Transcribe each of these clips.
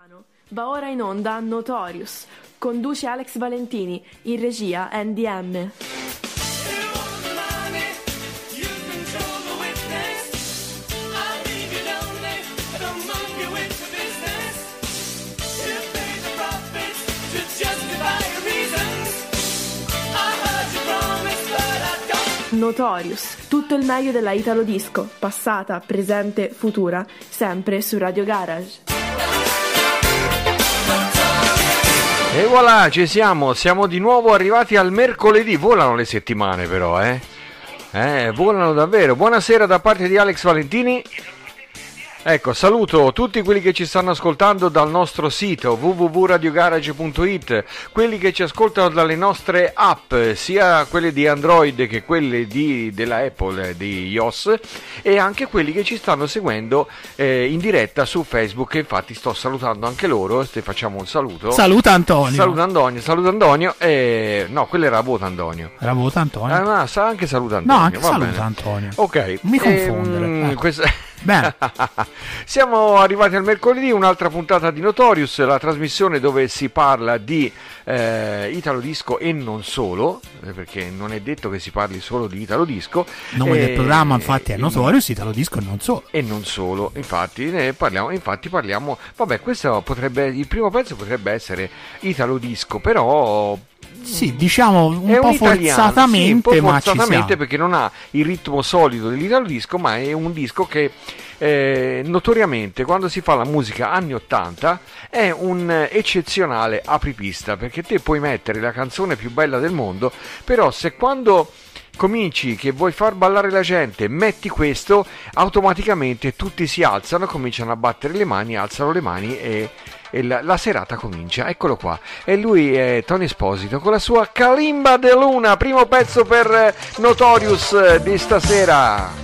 Va ora in onda Notorious. Conduce Alex Valentini, in regia NDM. Notorious, tutto il meglio della Italo Disco, passata, presente, futura, sempre su Radio Garage. E voilà, ci siamo di nuovo arrivati al mercoledì. Volano le settimane però, volano davvero. Buonasera da parte di Alex Valentini. Ecco, saluto tutti quelli che ci stanno ascoltando dal nostro sito www.radiogarage.it, quelli che ci ascoltano dalle nostre app, sia quelle di Android che quelle della Apple, di iOS, e anche quelli che ci stanno seguendo in diretta su Facebook. Infatti sto salutando anche loro, facciamo un saluto. Saluta Antonio. Saluta Antonio. No, quello era Vota Antonio. Era Vota Antonio. Ma anche saluta Antonio. No, anche va saluta bene. Antonio. Ok. Mi confondere. Bene. Siamo arrivati al mercoledì, un'altra puntata di Notorious, la trasmissione dove si parla di Italo Disco e non solo, perché non è detto che si parli solo di Italo Disco. Il nome del programma infatti è Notorious, Italo Disco e non solo. E non solo, infatti parliamo, vabbè, questo il primo pezzo potrebbe essere Italo Disco, però sì, diciamo un po' italiano, forzatamente, sì, un po' ma forzatamente, perché non ha il ritmo solido dell'Italo Disco, ma è un disco che notoriamente quando si fa la musica anni 80 è un eccezionale apripista, perché te puoi mettere la canzone più bella del mondo, però se quando cominci che vuoi far ballare la gente, metti questo, automaticamente tutti si alzano, cominciano a battere le mani, alzano le mani e la serata comincia. Eccolo qua, e lui è Tony Esposito con la sua Kalimba de Luna, primo pezzo per Notorious di stasera.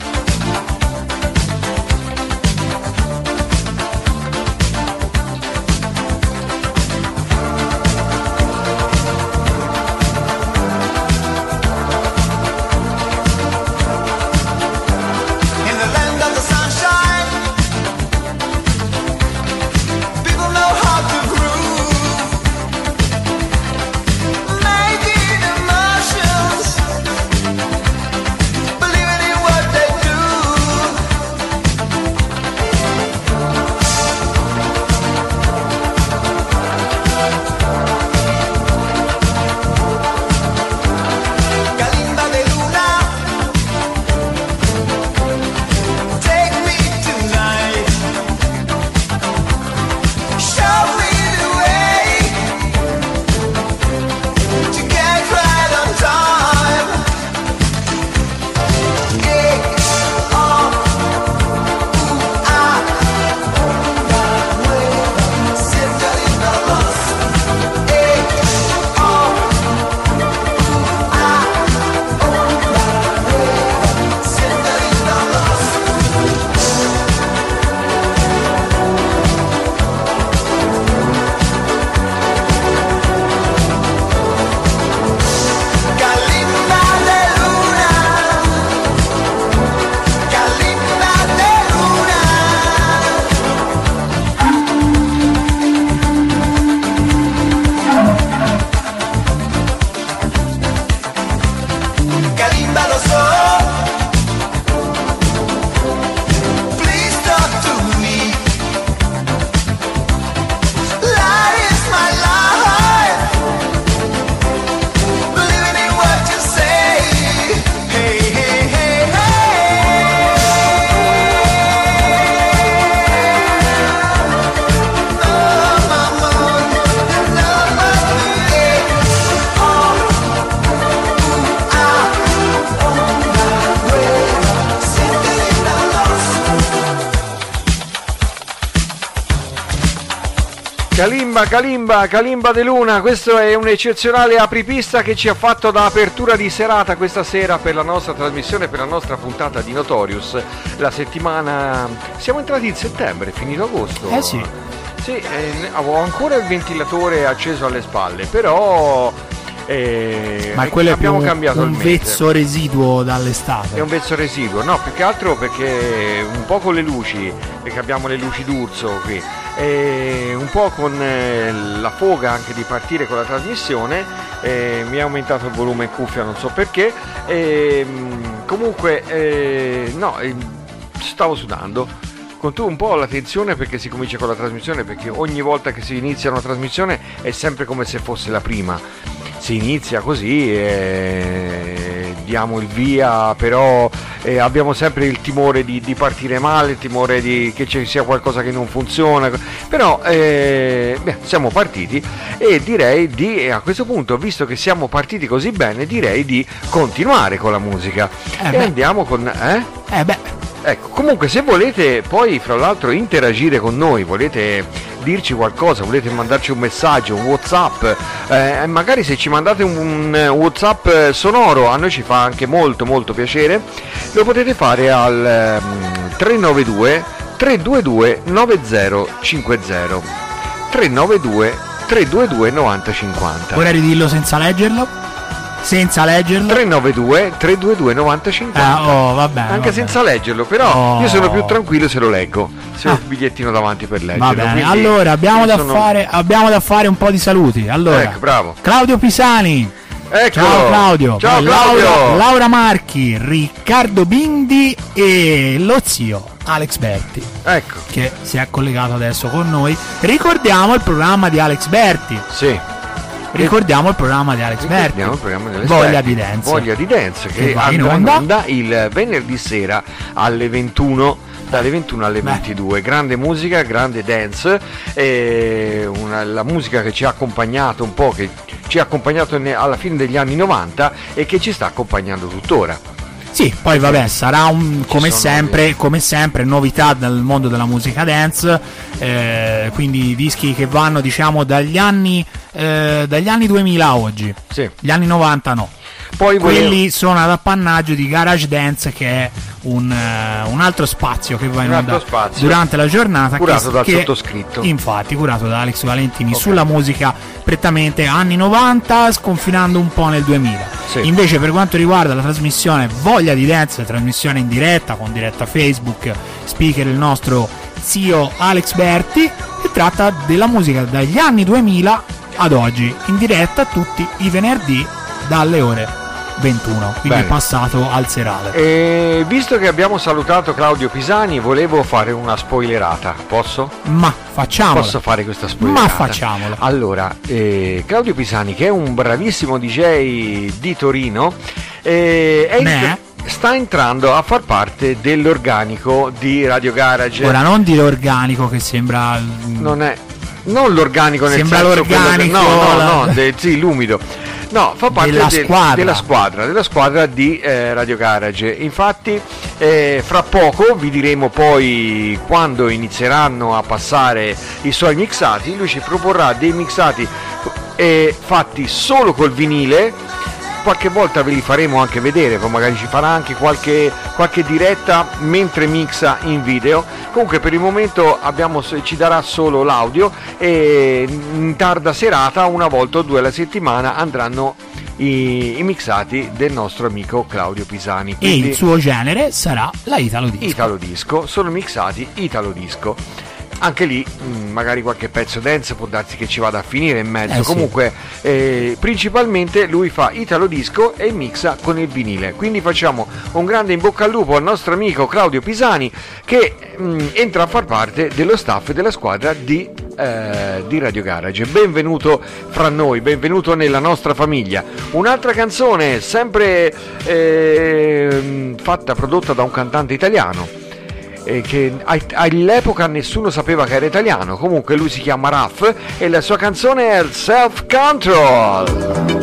Kalimba de Luna, questo è un eccezionale apripista che ci ha fatto da apertura di serata questa sera per la nostra trasmissione, per la nostra puntata di Notorious. La settimana, siamo entrati in settembre, è finito agosto. Sì. Sì, avevo ancora il ventilatore acceso alle spalle, però ma quello è più cambiato un vezzo residuo dall'estate. È un vezzo residuo, no, più che altro perché un po' con le luci, perché abbiamo le luci d'urso qui, un po' con la foga anche di partire con la trasmissione, mi ha aumentato il volume in cuffia, non so perché, comunque stavo sudando con tu un po' la tensione perché si comincia con la trasmissione, perché ogni volta che si inizia una trasmissione è sempre come se fosse la prima, si inizia così e diamo il via, però abbiamo sempre il timore di partire male, il timore che ci sia qualcosa che non funziona, però siamo partiti e direi a questo punto, visto che siamo partiti così bene, direi di continuare con la musica e andiamo con ecco, comunque se volete poi fra l'altro interagire con noi, volete dirci qualcosa, volete mandarci un messaggio, un WhatsApp, magari se ci mandate un WhatsApp sonoro a noi ci fa anche molto molto piacere, lo potete fare al 392 322 9050 392 322 9050. Vorrei ridillo senza leggerlo? 392 322 9050. Vabbè, anche senza leggerlo, però io sono più tranquillo se lo leggo, se ho il bigliettino davanti per leggerlo. Va bene, allora abbiamo da fare un po' di saluti. Allora, ecco, bravo. Claudio Pisani. Eccolo. Ciao Claudio. Ciao Claudio. Laura Marchi, Riccardo Bindi e lo zio Alex Berti, ecco, che si è collegato adesso con noi. Ricordiamo il programma di Alex Berti. Sì. Ricordiamo il programma di Alex Berti, Voglia di Dance, che andrà in onda il venerdì sera alle 21, dalle 21 alle 22. Grande musica, grande dance, la musica che ci ha accompagnato un po', che ci ha accompagnato alla fine degli anni 90 e che ci sta accompagnando tuttora. Sì, poi vabbè, sarà come sempre novità dal mondo della musica dance, quindi dischi che vanno diciamo dagli anni 2000 a oggi, sì. Gli anni 90 no. Poi quelli sono ad appannaggio di Garage Dance, che è un altro spazio che va in onda durante la giornata, curato dal sottoscritto, infatti curato da Alex Valentini, okay. Sulla musica prettamente anni 90, sconfinando un po' nel 2000. Sì. Invece per quanto riguarda la trasmissione Voglia di Dance, trasmissione in diretta con diretta Facebook, speaker il nostro zio Alex Berti, che tratta della musica dagli anni 2000 ad oggi, in diretta tutti i venerdì dalle ore 21, quindi bene. Passato al serale. E visto che abbiamo salutato Claudio Pisani, volevo fare una spoilerata, posso? Ma facciamola. Posso fare questa spoilerata? Ma facciamola. Allora, Claudio Pisani, che è un bravissimo DJ di Torino, sta entrando a far parte dell'organico di Radio Garage. Ora, non di l'organico che sembra... Non l'organico nel sembra senso l'organico, sì, l'umido. No, fa parte della squadra di Radio Garage. Infatti fra poco vi diremo poi quando inizieranno a passare i suoi mixati. Lui ci proporrà dei mixati fatti solo col vinile. Qualche volta ve li faremo anche vedere, poi magari ci farà anche qualche diretta mentre mixa in video. Comunque per il momento ci darà solo l'audio e in tarda serata, una volta o due alla settimana, andranno i mixati del nostro amico Claudio Pisani. Quindi, e il suo genere sarà la Italo Disco. Italo Disco, sono mixati Italo Disco. Anche lì magari qualche pezzo dance può darsi che ci vada a finire in mezzo. Comunque principalmente lui fa Italo Disco e mixa con il vinile. Quindi facciamo un grande in bocca al lupo al nostro amico Claudio Pisani, che entra a far parte dello staff della squadra di Radio Garage. Benvenuto fra noi, benvenuto nella nostra famiglia. Un'altra canzone sempre prodotta da un cantante italiano, che all'epoca nessuno sapeva che era italiano. Comunque lui si chiama Raff e la sua canzone è Self Control.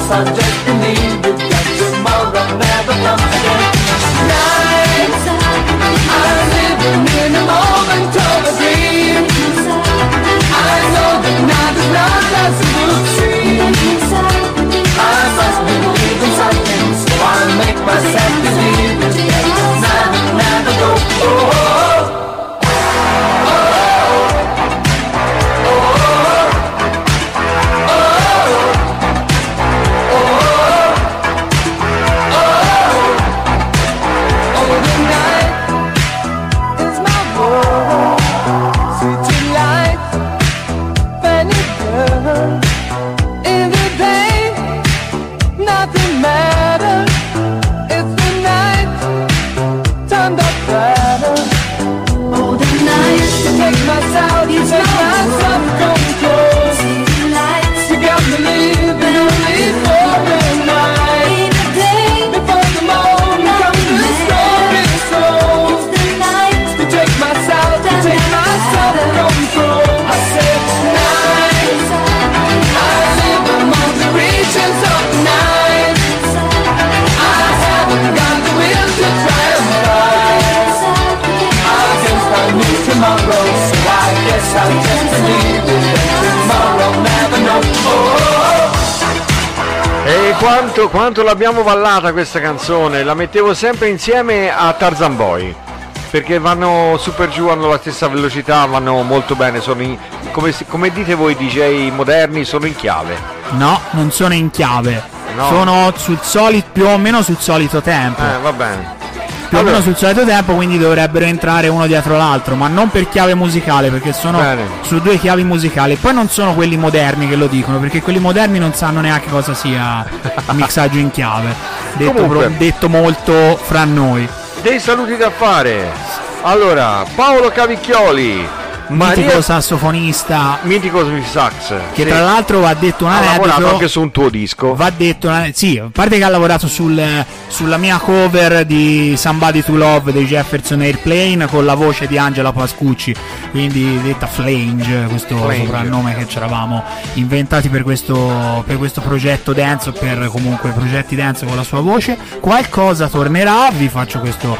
guess I'll just believe it, that tomorrow never comes again. Tonight, I'm living in a moment of a dream. I know that night is not as it would seem. I must believe in something, so I'll make myself believe it, that tonight will never go. E quanto l'abbiamo ballata questa canzone, la mettevo sempre insieme a Tarzan Boy, perché vanno super giù, hanno la stessa velocità, vanno molto bene, come dite voi DJ moderni, sono in chiave. No, non sono in chiave, no. Sono più o meno sul solito tempo. Va bene. Più o meno sul solito tempo, quindi dovrebbero entrare uno dietro l'altro, ma non per chiave musicale, perché sono su due chiavi musicali. Poi non sono quelli moderni che lo dicono, perché quelli moderni non sanno neanche cosa sia il mixaggio in chiave. Detto molto fra noi. Dei saluti da fare. Allora, Paolo Cavicchioli, mitico sassofonista, mitico sax, che tra l'altro va detto un aneddoto, ha lavorato anche su un tuo disco. Va detto sì, a parte che ha lavorato sulla mia cover di Somebody to Love dei Jefferson Airplane con la voce di Angela Pascucci, quindi detta Flange, questo soprannome che ci eravamo inventati per questo progetto dance, per comunque progetti dance con la sua voce. Qualcosa tornerà, vi faccio questo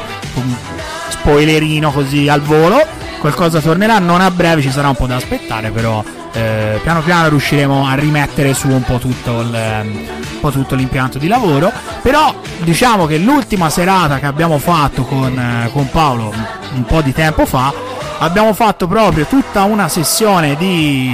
spoilerino così al volo. Qualcosa tornerà, non a breve, ci sarà un po' da aspettare, però piano piano riusciremo a rimettere su un po' tutto l'impianto di lavoro. Però diciamo che l'ultima serata che abbiamo fatto con Paolo un po' di tempo fa, abbiamo fatto proprio tutta una sessione di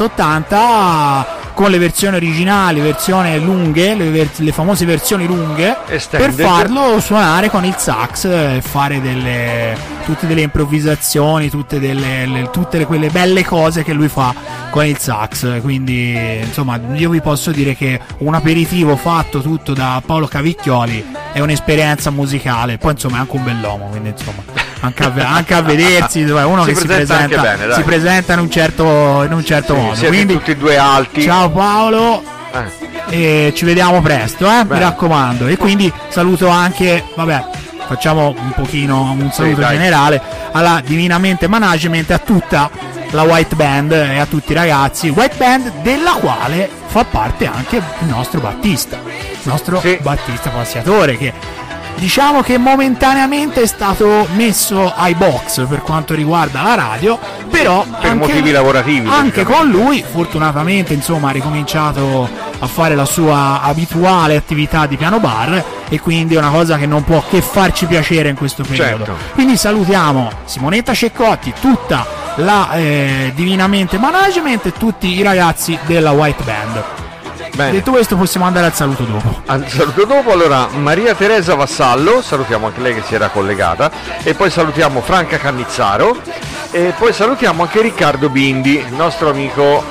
70-80 con le versioni originali, versioni lunghe, le famose versioni lunghe, per farlo suonare con il sax e fare tutte delle improvvisazioni, tutte quelle belle cose che lui fa con il sax. Quindi insomma io vi posso dire che un aperitivo fatto tutto da Paolo Cavicchioli è un'esperienza musicale, poi insomma è anche un bell'uomo, quindi insomma anche a vedersi uno che si presenta in un certo modo. Quindi tutti e due alti. Ciao Paolo, e ci vediamo presto, mi raccomando. E quindi saluto anche, facciamo un pochino un saluto generale alla Divinamente Management, a tutta la White Band e a tutti i ragazzi White Band, della quale fa parte anche il nostro Battista, Battista Passiatore, che diciamo che momentaneamente è stato messo ai box per quanto riguarda la radio, però per motivi lavorativi anche con lui fortunatamente insomma ha ricominciato a fare la sua abituale attività di piano bar, e quindi è una cosa che non può che farci piacere in questo periodo. Quindi salutiamo Simonetta Ceccotti, tutta la Divinamente Management e tutti i ragazzi della White Band. Bene. Detto questo possiamo andare al saluto dopo. Allora, Maria Teresa Vassallo, salutiamo anche lei che si era collegata, e poi salutiamo Franca Cannizzaro, e poi salutiamo anche Riccardo Bindi, il nostro amico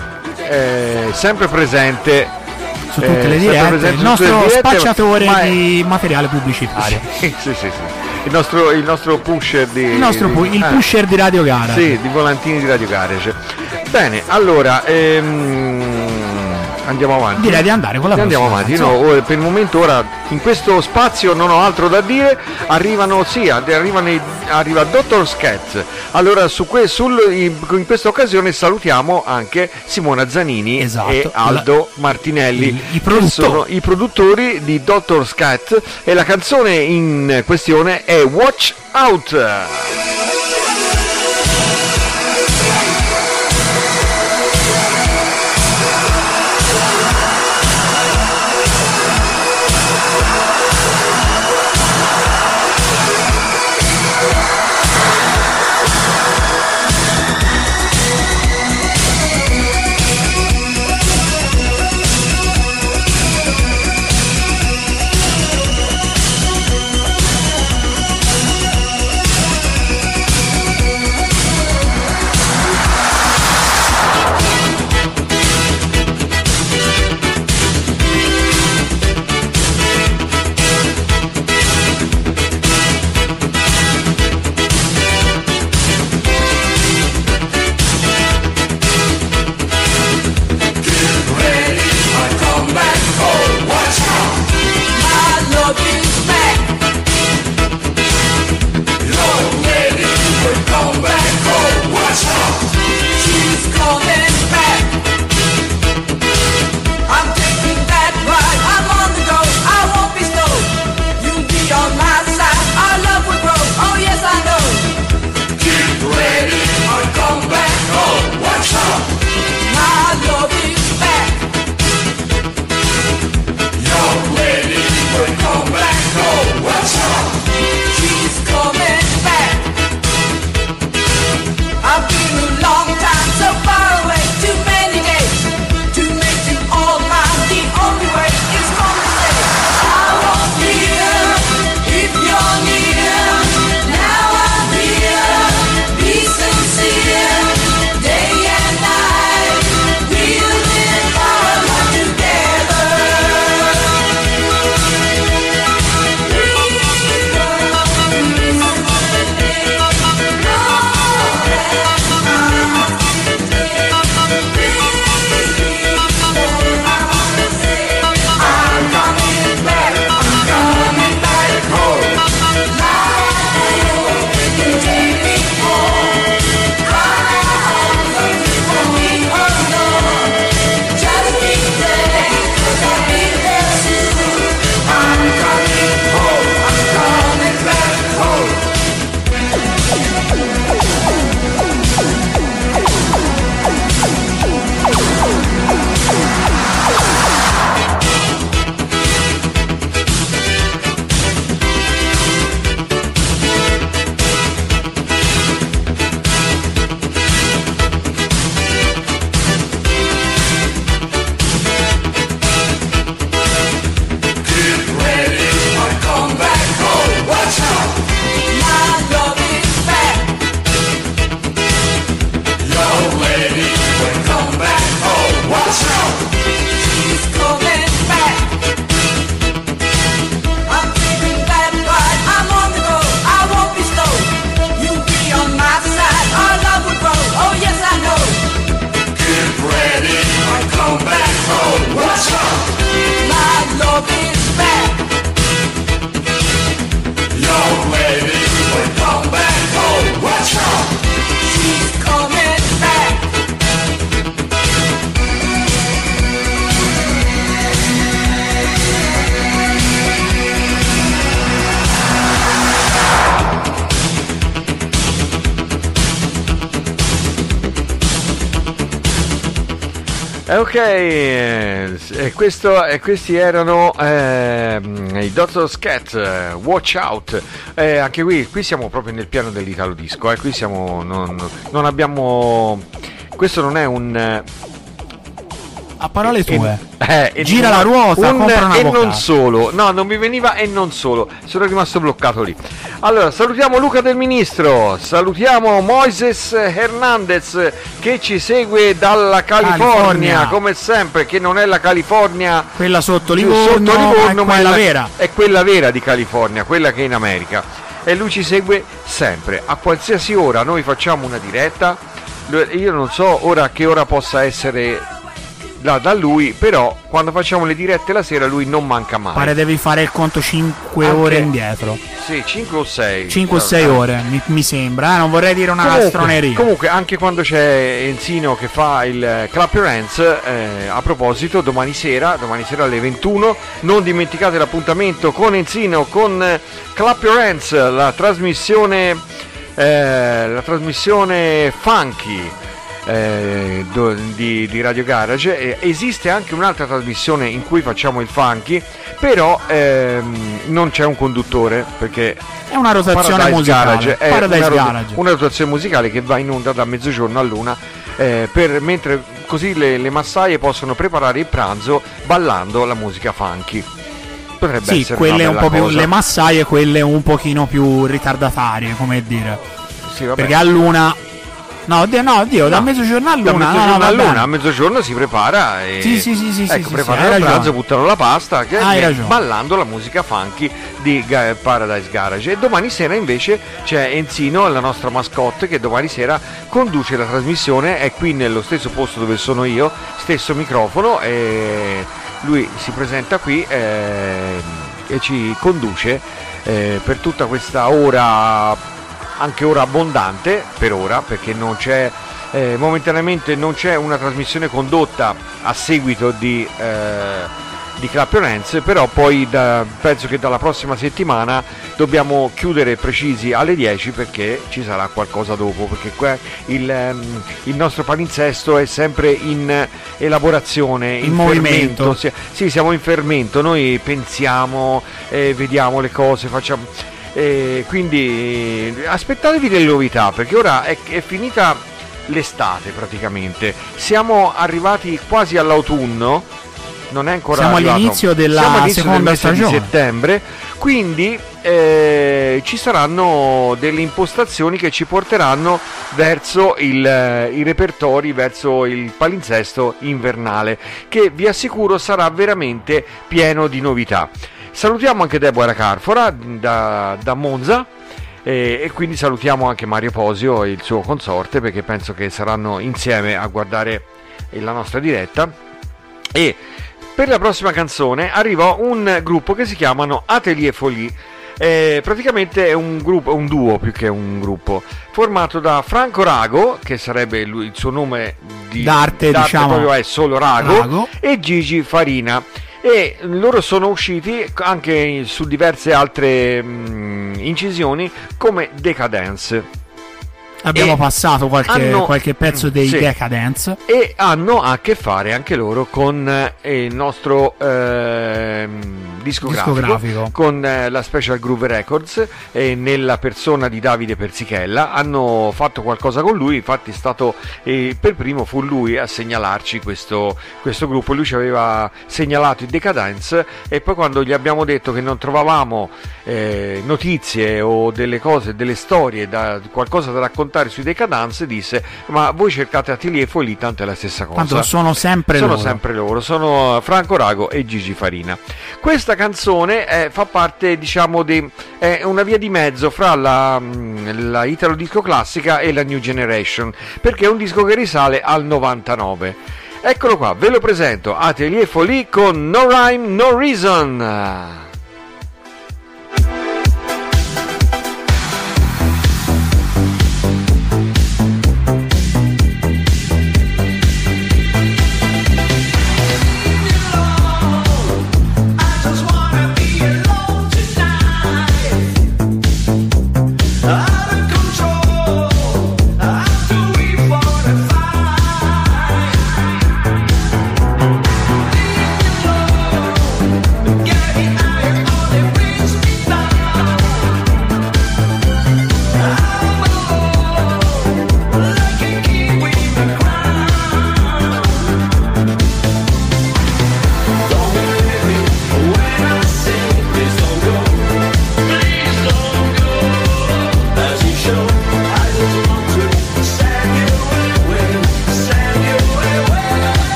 sempre presente su tutte le dirette, il nostro spacciatore di materiale pubblicitario. Sì. Il nostro pusher pusher di Radio Garage. Sì, di volantini di Radio Garage. Bene, allora Andiamo avanti. Direi di andare con la prossima. Andiamo avanti. No, per il momento ora in questo spazio non ho altro da dire. Arriva Dr. Scat. Allora in questa occasione salutiamo anche Simona Zanini, esatto, e Aldo Martinelli, i che sono i produttori di Dr. Scat, e la canzone in questione è Watch Out. Ok, questi erano i Dr. Scat, Watch Out. Anche qui siamo proprio nel piano dell'Italo Disco. Qui siamo, non abbiamo. Questo non è un. A parole tue, gira la ruota, compra una e bocata. Non solo, no, non mi veniva e non solo, sono rimasto bloccato lì. Allora, salutiamo Luca del Ministro, salutiamo Moises Hernandez che ci segue dalla California, come sempre, che non è la California quella sotto Livorno, è quella vera. È quella vera di California, quella che è in America. E lui ci segue sempre, a qualsiasi ora. Noi facciamo una diretta, io non so ora che ora possa essere da lui, però quando facciamo le dirette la sera lui non manca mai. Pare devi fare il conto 5 ore indietro. Sì, 5 o 6. 5 o 6 ore, mi sembra, non vorrei dire una castroneria. Comunque, anche quando c'è Enzino che fa il Clap Your Hands, a proposito, domani sera alle 21, non dimenticate l'appuntamento con Enzino, con Clap Your Hands, la trasmissione funky di Radio Garage. Esiste anche un'altra trasmissione in cui facciamo il funky, però non c'è un conduttore, perché è una rotazione Paradise musicale. Garage è una rotazione musicale che va in onda da mezzogiorno all'una, mentre così le massaie possono preparare il pranzo ballando la musica funky. Potrebbe essere quelle una un po' bella cosa. più, le massaie, quelle un pochino più ritardatarie, come dire. Sì, vabbè. Perché all'una da mezzogiorno all'una. A mezzogiorno si prepara e preparano il pranzo, buttano la pasta ballando la musica funky di Paradise Garage. E domani sera invece c'è Enzino, la nostra mascotte, che domani sera conduce la trasmissione, è qui nello stesso posto dove sono io, stesso microfono, e lui si presenta qui e ci conduce per tutta questa ora, anche ora abbondante per ora, perché non c'è momentaneamente non c'è una trasmissione condotta a seguito di Clap Your Hands, però poi penso che dalla prossima settimana dobbiamo chiudere precisi alle 10, perché ci sarà qualcosa dopo, perché qua il nostro palinsesto è sempre in elaborazione, in movimento. Sì, siamo in fermento, noi pensiamo, vediamo le cose, facciamo... quindi aspettatevi delle novità, perché ora è finita l'estate praticamente, siamo arrivati quasi all'autunno, non è ancora siamo arrivato. All'inizio della seconda del mese stagione di settembre, quindi ci saranno delle impostazioni che ci porteranno verso i repertori, verso il palinsesto invernale, che vi assicuro sarà veramente pieno di novità. Salutiamo anche Deborah Carfora da Monza, e quindi salutiamo anche Mario Posio e il suo consorte, perché penso che saranno insieme a guardare la nostra diretta. E per la prossima canzone arriva un gruppo che si chiamano Atelier Folie. Praticamente è un gruppo, un duo più che un gruppo, formato da Franco Rago, che sarebbe il suo nome d'arte diciamo, proprio è solo Rago, e Gigi Farina. E loro sono usciti anche su diverse altre incisioni come Decadence. Abbiamo passato qualche pezzo dei Decadence, e hanno a che fare anche loro con il nostro discografico, con la Special Groove Records, nella persona di Davide Persichella. Hanno fatto qualcosa con lui, infatti è stato per primo fu lui a segnalarci questo gruppo. Lui ci aveva segnalato i Decadence, e poi quando gli abbiamo detto che non trovavamo notizie o delle cose, delle storie, qualcosa da raccontare sui Decadence, disse: ma voi cercate Atelier Folie, tanto è la stessa cosa, tanto sono sempre loro, sono Franco Rago e Gigi Farina. Questa canzone fa parte, diciamo, è una via di mezzo fra la italo disco classica e la New Generation, perché è un disco che risale al 99. Eccolo qua, ve lo presento, Atelier Folie con No Rhyme No Reason. Get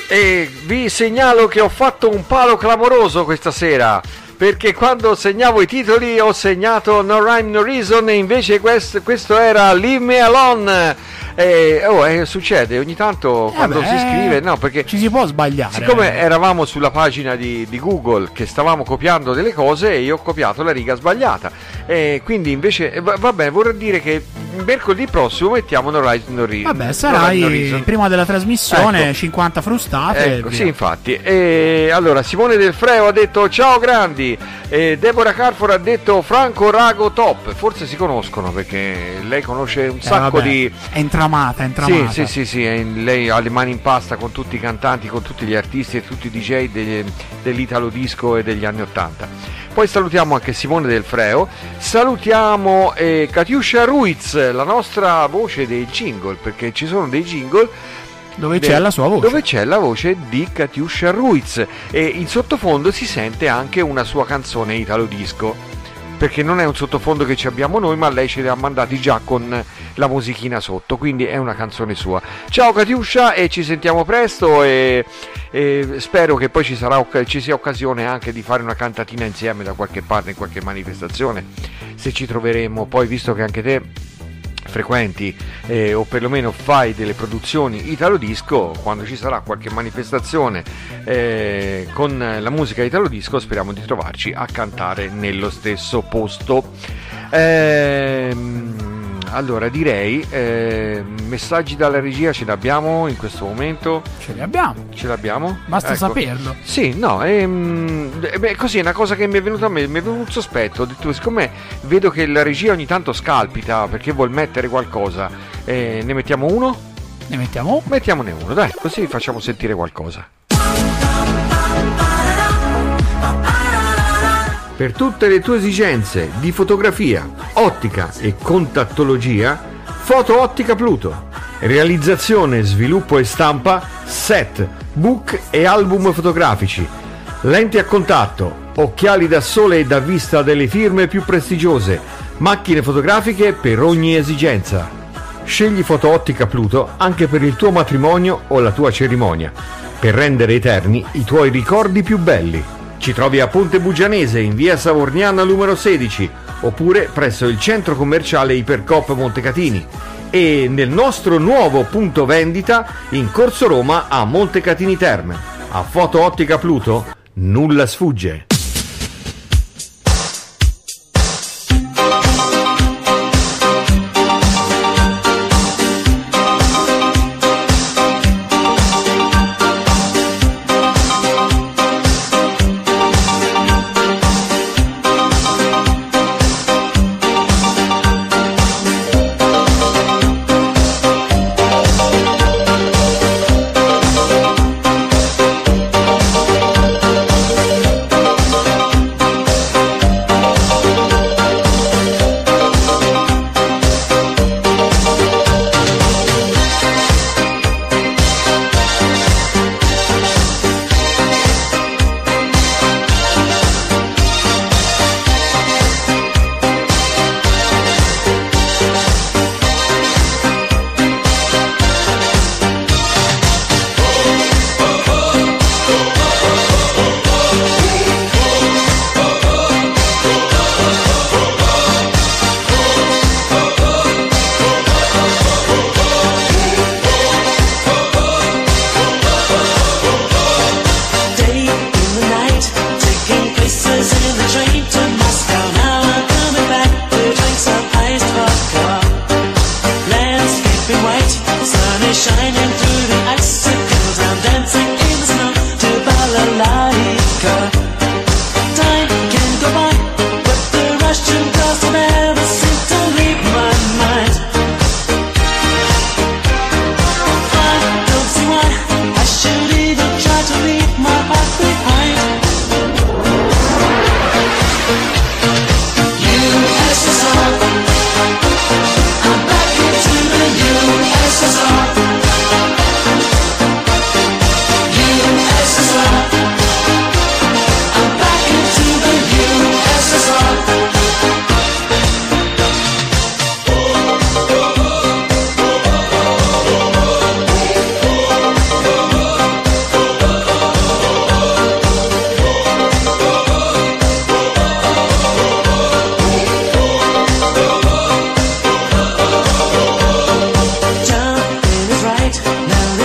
E vi segnalo che ho fatto un palo clamoroso questa sera, perché quando segnavo i titoli ho segnato No Rhyme No Reason e invece questo era Leave Me Alone. Succede ogni tanto quando si scrive, no, perché ci si può sbagliare. Siccome eravamo sulla pagina di Google che stavamo copiando delle cose e io ho copiato la riga sbagliata, quindi invece vabbè, vorrei dire che mercoledì prossimo mettiamo No Rhyme No Reason. Vabbè, sarai prima della trasmissione, ecco. 50 frustate. Ecco, sì, infatti. Allora, Simone Del Freo ha detto ciao grandi, Deborah Carfor ha detto Franco Rago top. Forse si conoscono perché lei conosce un sacco di... È intramata. Sì, lei ha le mani in pasta con tutti i cantanti, con tutti gli artisti e tutti i DJ dell'Italo Disco e degli anni '80. Poi salutiamo anche Simone Del Freo, salutiamo Katiuscia Ruiz, la nostra voce dei jingle, perché ci sono dei jingle dove c'è la sua voce, dove c'è la voce di Katiuscia Ruiz e in sottofondo si sente anche una sua canzone Italo Disco, perché non è un sottofondo che ci abbiamo noi, ma lei ce li ha mandati già con la musichina sotto, quindi è una canzone sua. Ciao Katiuscia e ci sentiamo presto e spero che poi ci sia occasione anche di fare una cantatina insieme da qualche parte, in qualche manifestazione, se ci troveremo. Poi, visto che anche te frequenti o perlomeno fai delle produzioni Italo Disco, quando ci sarà qualche manifestazione con la musica Italo Disco speriamo di trovarci a cantare nello stesso posto. Allora direi messaggi dalla regia ce li abbiamo in questo momento? Ce li abbiamo? Basta saperlo. Sì, no, così è una cosa che mi è venuta a me, mi è venuto un sospetto, ho detto, siccome vedo che la regia ogni tanto scalpita perché vuol mettere qualcosa, ne mettiamo uno? Mettiamone uno, dai, così facciamo sentire qualcosa. Per tutte le tue esigenze di fotografia, ottica e contattologia, Foto Ottica Pluto. Realizzazione, sviluppo e stampa, set, book e album fotografici. Lenti a contatto, occhiali da sole e da vista delle firme più prestigiose, macchine fotografiche per ogni esigenza. Scegli Foto Ottica Pluto anche per il tuo matrimonio o la tua cerimonia, per rendere eterni i tuoi ricordi più belli. Ci trovi a Ponte Bugianese in via Savorniana numero 16 oppure presso il centro commerciale Ipercoop Montecatini e nel nostro nuovo punto vendita in Corso Roma a Montecatini Terme. A Foto Ottica Pluto nulla sfugge.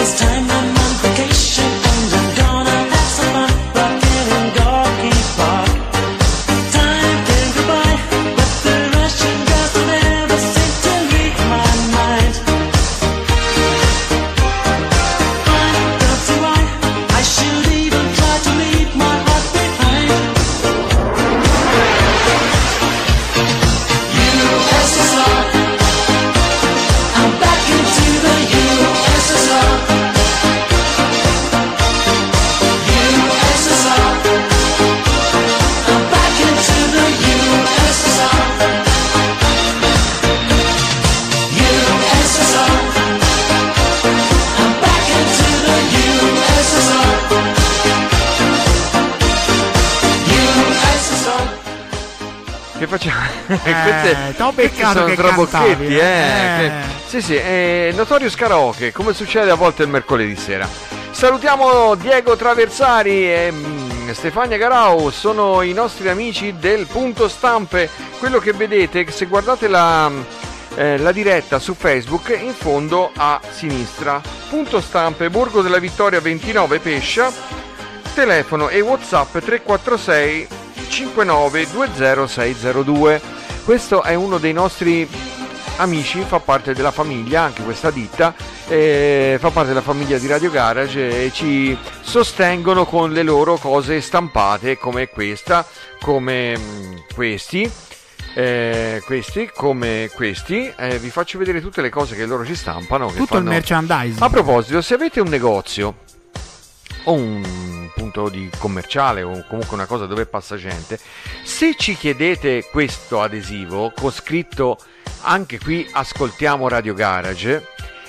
Queste sono che trabocchetti, cantavi, Sì, Notorious Karaoke, come succede a volte il mercoledì sera. Salutiamo Diego Traversari e Stefania Garau, sono i nostri amici del Punto Stampe. Quello che vedete, se guardate la diretta su Facebook, in fondo a sinistra, Punto Stampe, Borgo della Vittoria 29 Pescia, telefono e WhatsApp 346 5920602. Questo è uno dei nostri amici, fa parte della famiglia, anche questa ditta, fa parte della famiglia di Radio Garage e ci sostengono con le loro cose stampate come questa, come questi, come questi. Vi faccio vedere tutte le cose che loro ci stampano. Tutto il merchandising. A proposito, se avete un negozio o un punto di commerciale o comunque una cosa dove passa gente, se ci chiedete questo adesivo con scritto anche qui ascoltiamo Radio Garage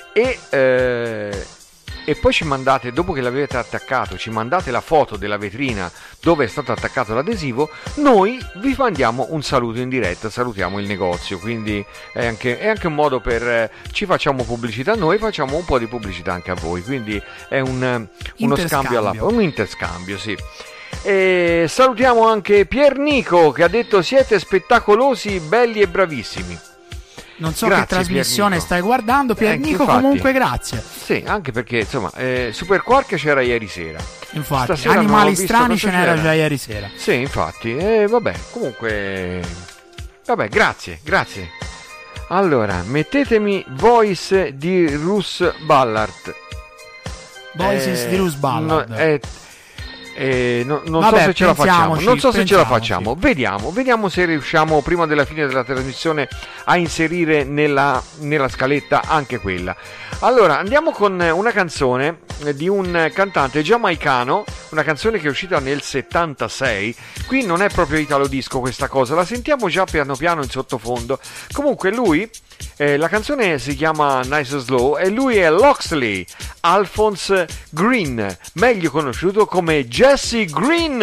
e poi ci mandate, dopo che l'avete attaccato, ci mandate la foto della vetrina dove è stato attaccato l'adesivo, noi vi mandiamo un saluto in diretta, salutiamo il negozio. Quindi è anche un modo per ci facciamo pubblicità noi, facciamo un po' di pubblicità anche a voi, quindi è uno scambio un interscambio, sì. E salutiamo anche Piernico che ha detto siete spettacolosi, belli e bravissimi. Non so grazie, che trasmissione Piernico stai guardando, Piernico, infatti, comunque grazie. Sì, anche perché insomma Super Quark c'era ieri sera. Infatti, stasera Animali Strani ce n'era già ieri sera. Sì, infatti, vabbè, comunque vabbè, grazie. Allora, mettetemi Voice di Russ Ballard. Voices di Russ Ballard. Non Vabbè, so se ce la facciamo. Non so se ce la facciamo. Pensiamoci. Vediamo se riusciamo prima della fine della trasmissione a inserire nella scaletta anche quella. Allora, andiamo con una canzone di un cantante giamaicano, una canzone che è uscita nel 76. Qui non è proprio italo disco questa cosa, la sentiamo già piano piano in sottofondo. Comunque lui, la canzone si chiama Nice and Slow e lui è Loxley Alphonse Green, meglio conosciuto come Jesse Green.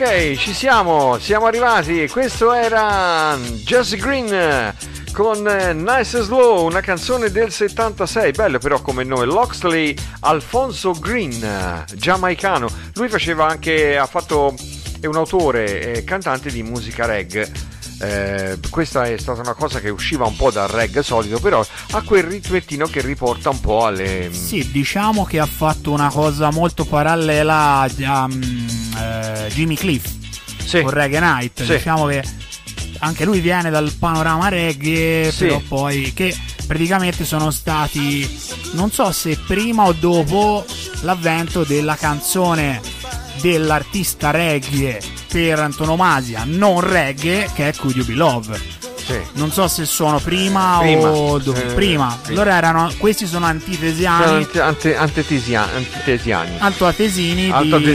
Ok, siamo arrivati. Questo era Jesse Green con Nice and Slow, una canzone del 76, bello però come nome, Loxley Alfonso Green, giamaicano. Lui ha fatto, è un autore e cantante di musica reggae. Questa è stata una cosa che usciva un po' dal reggae solito, però ha quel ritmettino che riporta un po' alle... Sì, diciamo che ha fatto una cosa molto parallela a Jimmy Cliff, sì, con Reggae Night, sì. Diciamo che anche lui viene dal panorama reggae, sì, però poi che praticamente sono stati, non so se prima o dopo l'avvento della canzone dell'artista reggae per antonomasia non reggae, che è Could You Be Love. Sì. Non so se sono prima o dopo. Prima. Allora questi sono antitesiani. Antitesini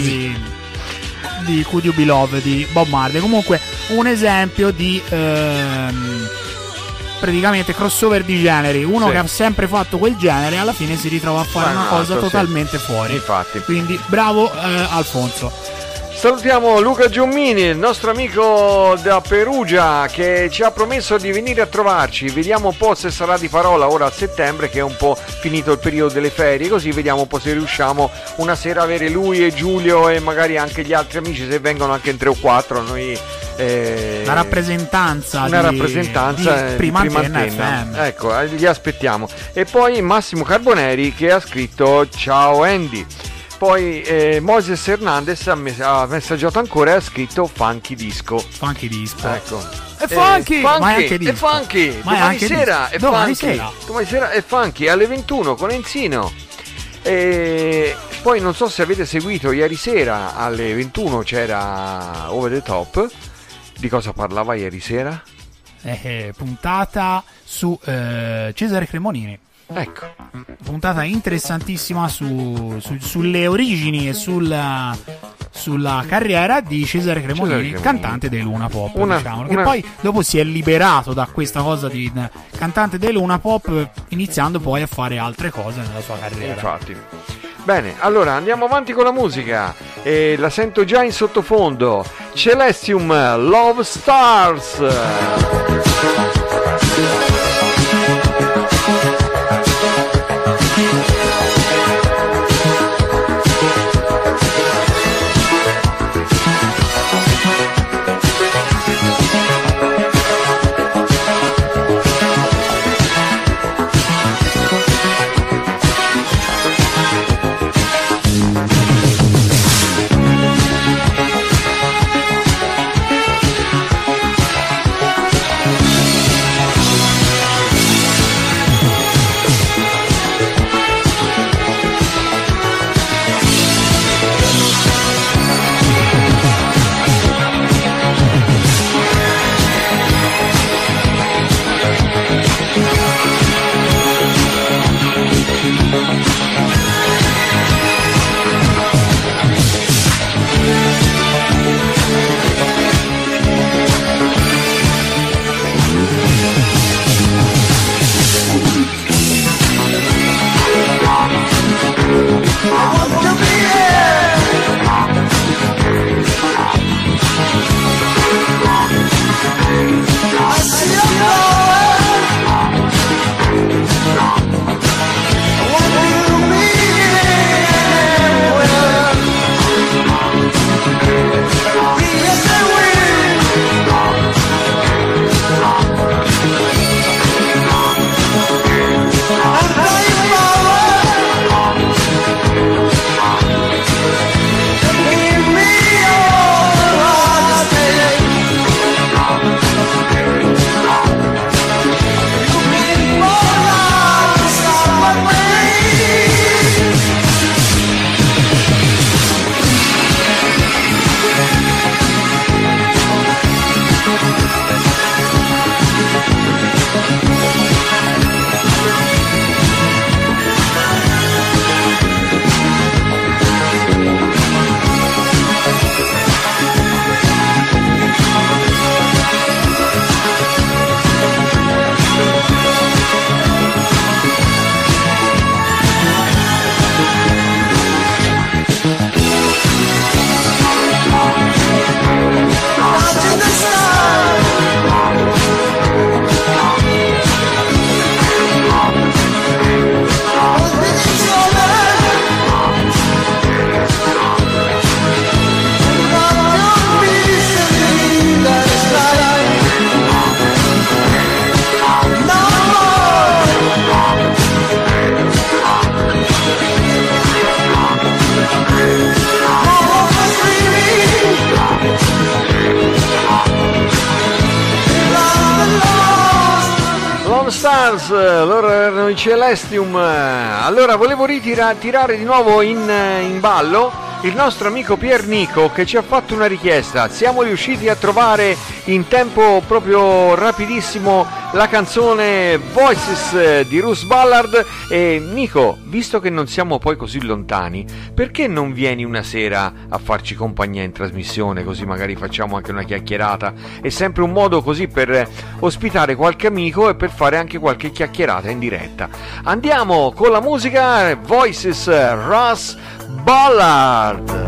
di Could You Be Love di Bob Marley. Comunque un esempio di praticamente crossover di generi. Uno che ha sempre fatto quel genere alla fine si ritrova a fare una cosa totalmente fuori. Infatti. Quindi bravo Alfonso. Salutiamo Luca Giommini, il nostro amico da Perugia, che ci ha promesso di venire a trovarci. Vediamo un po' se sarà di parola ora a settembre, che è un po' finito il periodo delle ferie, così vediamo un po' se riusciamo una sera a avere lui e Giulio e magari anche gli altri amici, se vengono anche in 3 o 4. Noi una rappresentanza di prima antenna. Ecco, li aspettiamo. E poi Massimo Carboneri, che ha scritto ciao Andy. Poi Moses Hernandez ha messaggiato ancora e ha scritto Funky Disco. Funky Disco. Ecco. È funky! Ma è anche disco. È funky! Domani sera è funky! Domani sera è funky alle 21 con Enzino. E poi non so se avete seguito ieri sera alle 21 c'era Over the Top. Di cosa parlava ieri sera? Puntata su Cesare Cremonini. Ecco, puntata interessantissima sulle origini e sulla carriera di Cesare Cremonini, cantante dei Luna Pop, diciamo. Che poi dopo si è liberato da questa cosa di cantante dei Luna Pop, iniziando poi a fare altre cose nella sua carriera. Infatti. Bene, allora andiamo avanti con la musica e la sento già in sottofondo. Celestium, Love Stars. Stars, loro erano i Celestium. Allora volevo tirare di nuovo in ballo il nostro amico Pier Nico, che ci ha fatto una richiesta. Siamo riusciti a trovare in tempo proprio rapidissimo la canzone Voices di Russ Ballard. E Nico, visto che non siamo poi così lontani, perché non vieni una sera a farci compagnia in trasmissione, così magari facciamo anche una chiacchierata? È sempre un modo così per ospitare qualche amico e per fare anche qualche chiacchierata in diretta. Andiamo con la musica. Voices, Russ Ballard.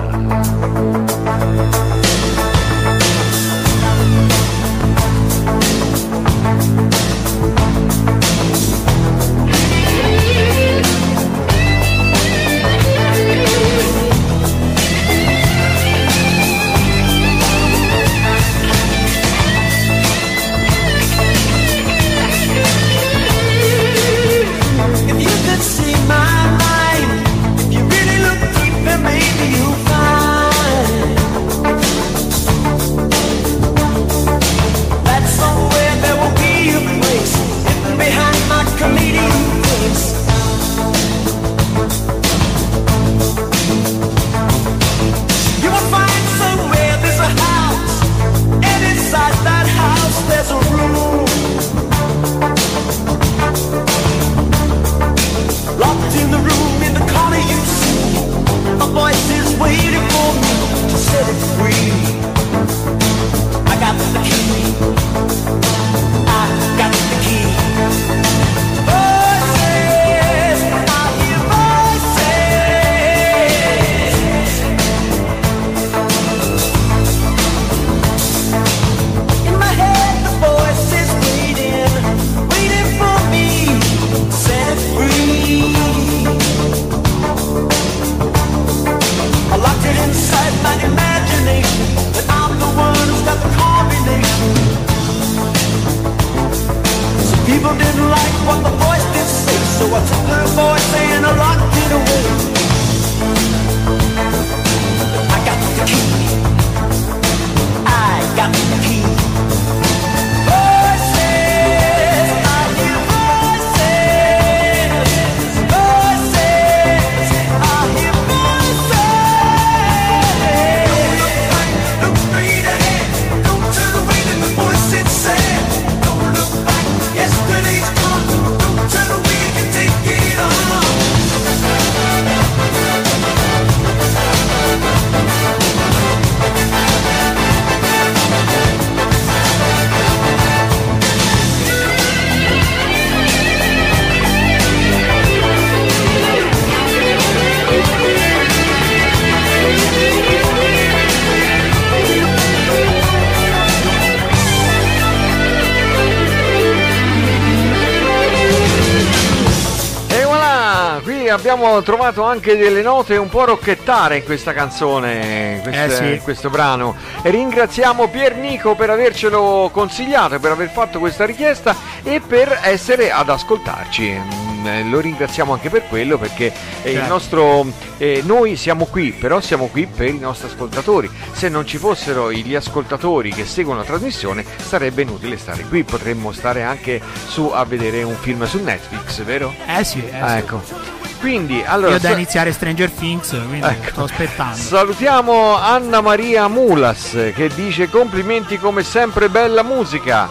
Abbiamo trovato anche delle note un po' rocchettare in questa canzone, in questo brano, e ringraziamo Pier Nico per avercelo consigliato, per aver fatto questa richiesta e per essere ad ascoltarci. Lo ringraziamo anche per quello, perché il nostro noi siamo qui, però siamo qui per i nostri ascoltatori. Se non ci fossero gli ascoltatori che seguono la trasmissione, sarebbe inutile stare qui. Potremmo stare anche su a vedere un film su Netflix, vero? Sì. Ecco. Quindi, allora, io da iniziare Stranger Things, quindi sto aspettando. Salutiamo Anna Maria Mulas, che dice: complimenti, come sempre bella musica.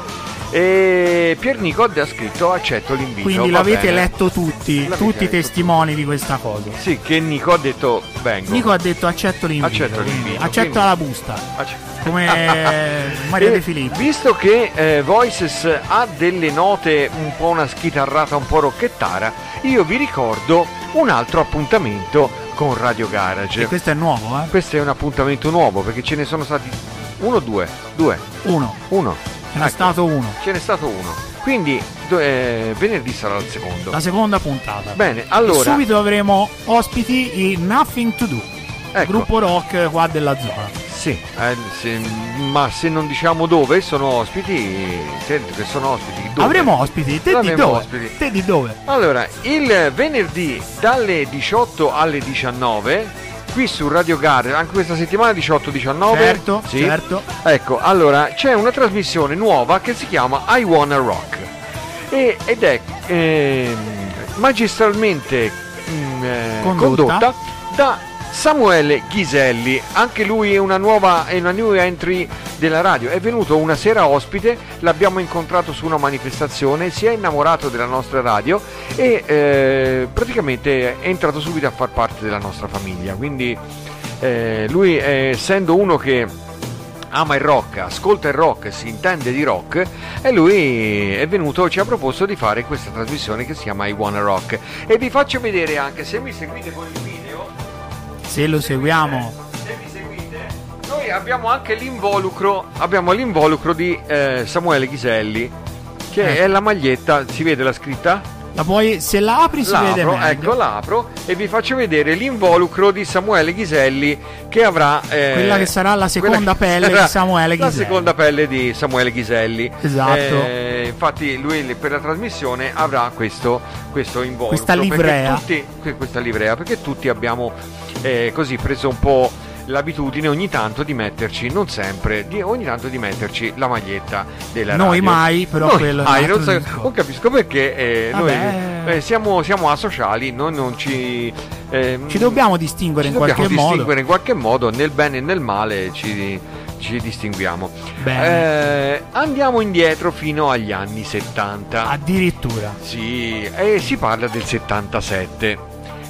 E Pier Nico ha scritto: accetto l'invito. Quindi l'avete letto tutti i testimoni di questa cosa. Sì, che Nico ha detto vengo. Nico ha detto accetto l'invito. Accetto la busta. Come Maria De Filippi. Visto che Voices ha delle note un po' una schitarrata un po' rocchettara, io vi ricordo un altro appuntamento con Radio Garage. E questo è nuovo, eh? Questo è un appuntamento nuovo, perché ce ne sono stati uno o due? Uno. Ce n'è stato uno. Ce n'è stato uno. Quindi venerdì sarà il secondo. La seconda puntata. Bene, allora. E subito avremo ospiti i Nothing to Do, gruppo rock qua della zona. Sì, ma se non diciamo dove sono ospiti, che sono ospiti dove? Avremo ospiti, te di dove? Ospiti. Te di dove? Allora, il venerdì dalle 18 alle 19 qui su Radio Garage, anche questa settimana 18-19. Certo, sì. certo. Ecco, allora c'è una trasmissione nuova che si chiama I Wanna Rock. ed è magistralmente condotta da Samuele Ghiselli. Anche lui è una new entry della radio. È venuto una sera ospite, l'abbiamo incontrato su una manifestazione, si è innamorato della nostra radio e praticamente è entrato subito a far parte della nostra famiglia. Quindi lui, essendo uno che ama il rock, ascolta il rock, si intende di rock, e lui è venuto, ci ha proposto di fare questa trasmissione che si chiama I Wanna Rock. E vi faccio vedere, anche se mi seguite con il video, se lo seguiamo, se mi seguite, noi abbiamo anche l'involucro di Samuele Ghiselli, che è la maglietta. Si vede la scritta? La puoi, se la apri si vede meglio. Ecco, la apro e vi faccio vedere l'involucro di Samuele Ghiselli, che avrà quella che sarà la seconda pelle di Samuele Ghiselli. La seconda pelle di Samuele Ghiselli. Esatto. Infatti lui per la trasmissione avrà questo involucro, questa livrea. Questa livrea, perché tutti abbiamo così preso un po' l'abitudine ogni tanto di metterci, non sempre, ogni tanto di metterci la maglietta della radio. Noi mai, però noi quello mai, non capisco perché noi siamo asociali, noi non ci dobbiamo distinguere in qualche modo, nel bene e nel male ci distinguiamo. Bene. Andiamo indietro fino agli anni 70. Addirittura. Sì, si parla del 77.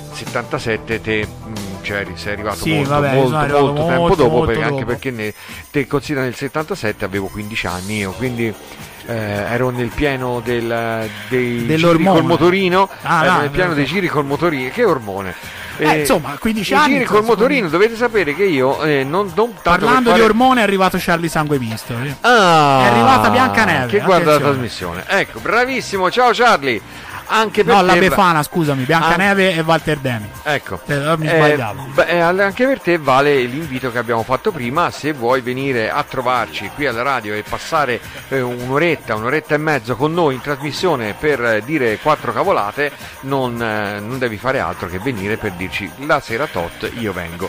77 te sei arrivato molto tempo dopo, perché te considera nel 77 avevo 15 anni io, quindi ero nel pieno dei giri col motorino, nel piano dei giri col motorino. Che ormone! Insomma, 15 anni. Giri col motorino, dovete sapere che io non tanto parlando di ormone è arrivato Charlie Sangue Misto. È arrivata Biancaneve che guarda la trasmissione. Ecco, bravissimo, ciao Charlie. Anche per la Befana, scusami, Biancaneve e Walter Demi. Ecco, mi sbagliavo. Anche per te vale l'invito che abbiamo fatto prima. Se vuoi venire a trovarci qui alla radio e passare un'oretta e mezzo con noi in trasmissione per dire 4 cavolate, non devi fare altro che venire per dirci la sera tot io vengo.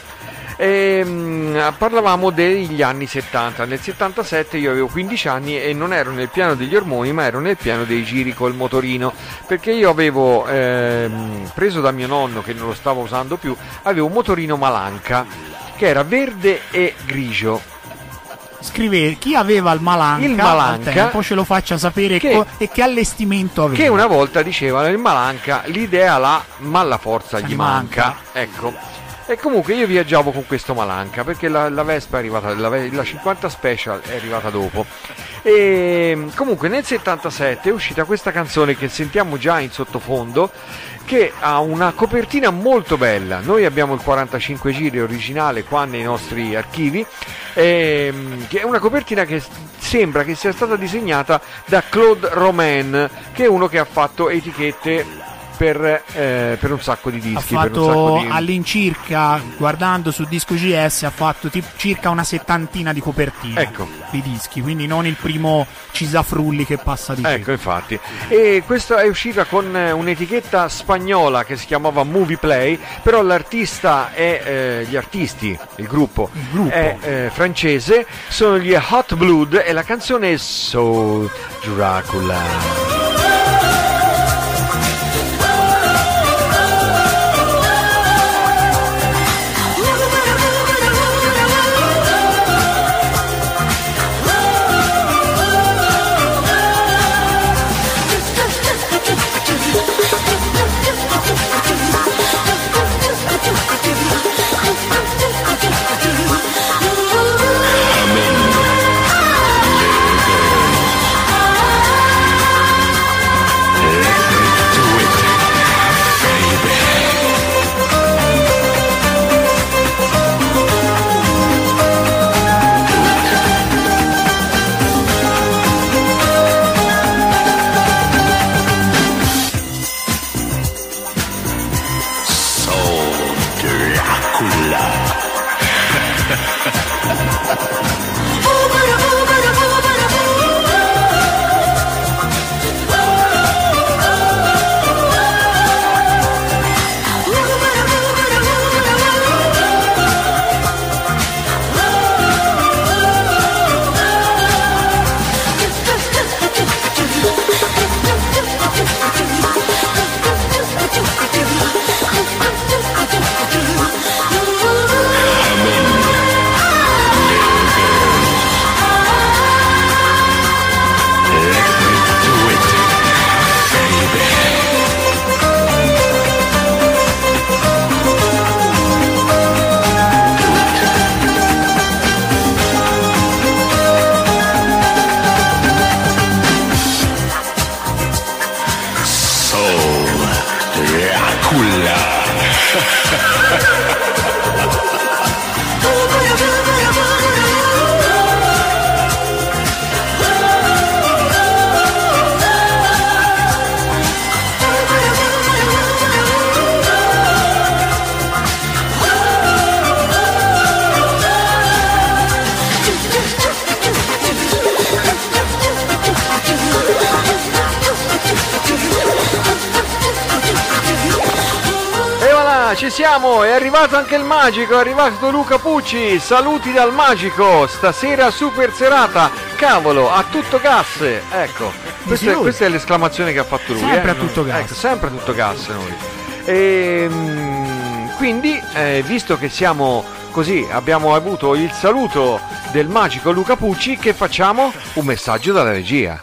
Parlavamo degli anni 70. Nel 77 io avevo 15 anni e non ero nel piano degli ormoni, ma ero nel piano dei giri col motorino, perché io avevo preso da mio nonno, che non lo stavo usando più, avevo un motorino Malanca che era verde e grigio. Scrivere chi aveva il Malanca al tempo, ce lo faccia sapere e che allestimento aveva. Che una volta dicevano il Malanca l'idea ma la forza gli manca. Ecco. E comunque io viaggiavo con questo Malanca, perché la Vespa è arrivata, la 50 Special è arrivata dopo. E comunque nel 77 è uscita questa canzone che sentiamo già in sottofondo, che ha una copertina molto bella. Noi abbiamo il 45 giri originale qua nei nostri archivi, che è una copertina che sembra che sia stata disegnata da Claude Romain, che è uno che ha fatto etichette per un sacco di dischi. Ha fatto all'incirca, guardando su Disco GS, ha fatto circa una 70 di copertine di dischi, quindi non il primo Cisafrulli che passa di Ecco, infatti. E questa è uscita con un'etichetta spagnola che si chiamava Movie Play, però l'artista è il gruppo è francese, sono gli Hot Blood e la canzone è Soul Dracula. Ci siamo, è arrivato anche il magico, è arrivato Luca Pucci, saluti dal magico, stasera super serata, cavolo, a tutto gas, ecco, questa è l'esclamazione che ha fatto lui. Sempre a tutto gas. Ecco, sempre a tutto gas noi. Quindi, visto che siamo così, abbiamo avuto il saluto del magico Luca Pucci, che facciamo? Un messaggio dalla regia.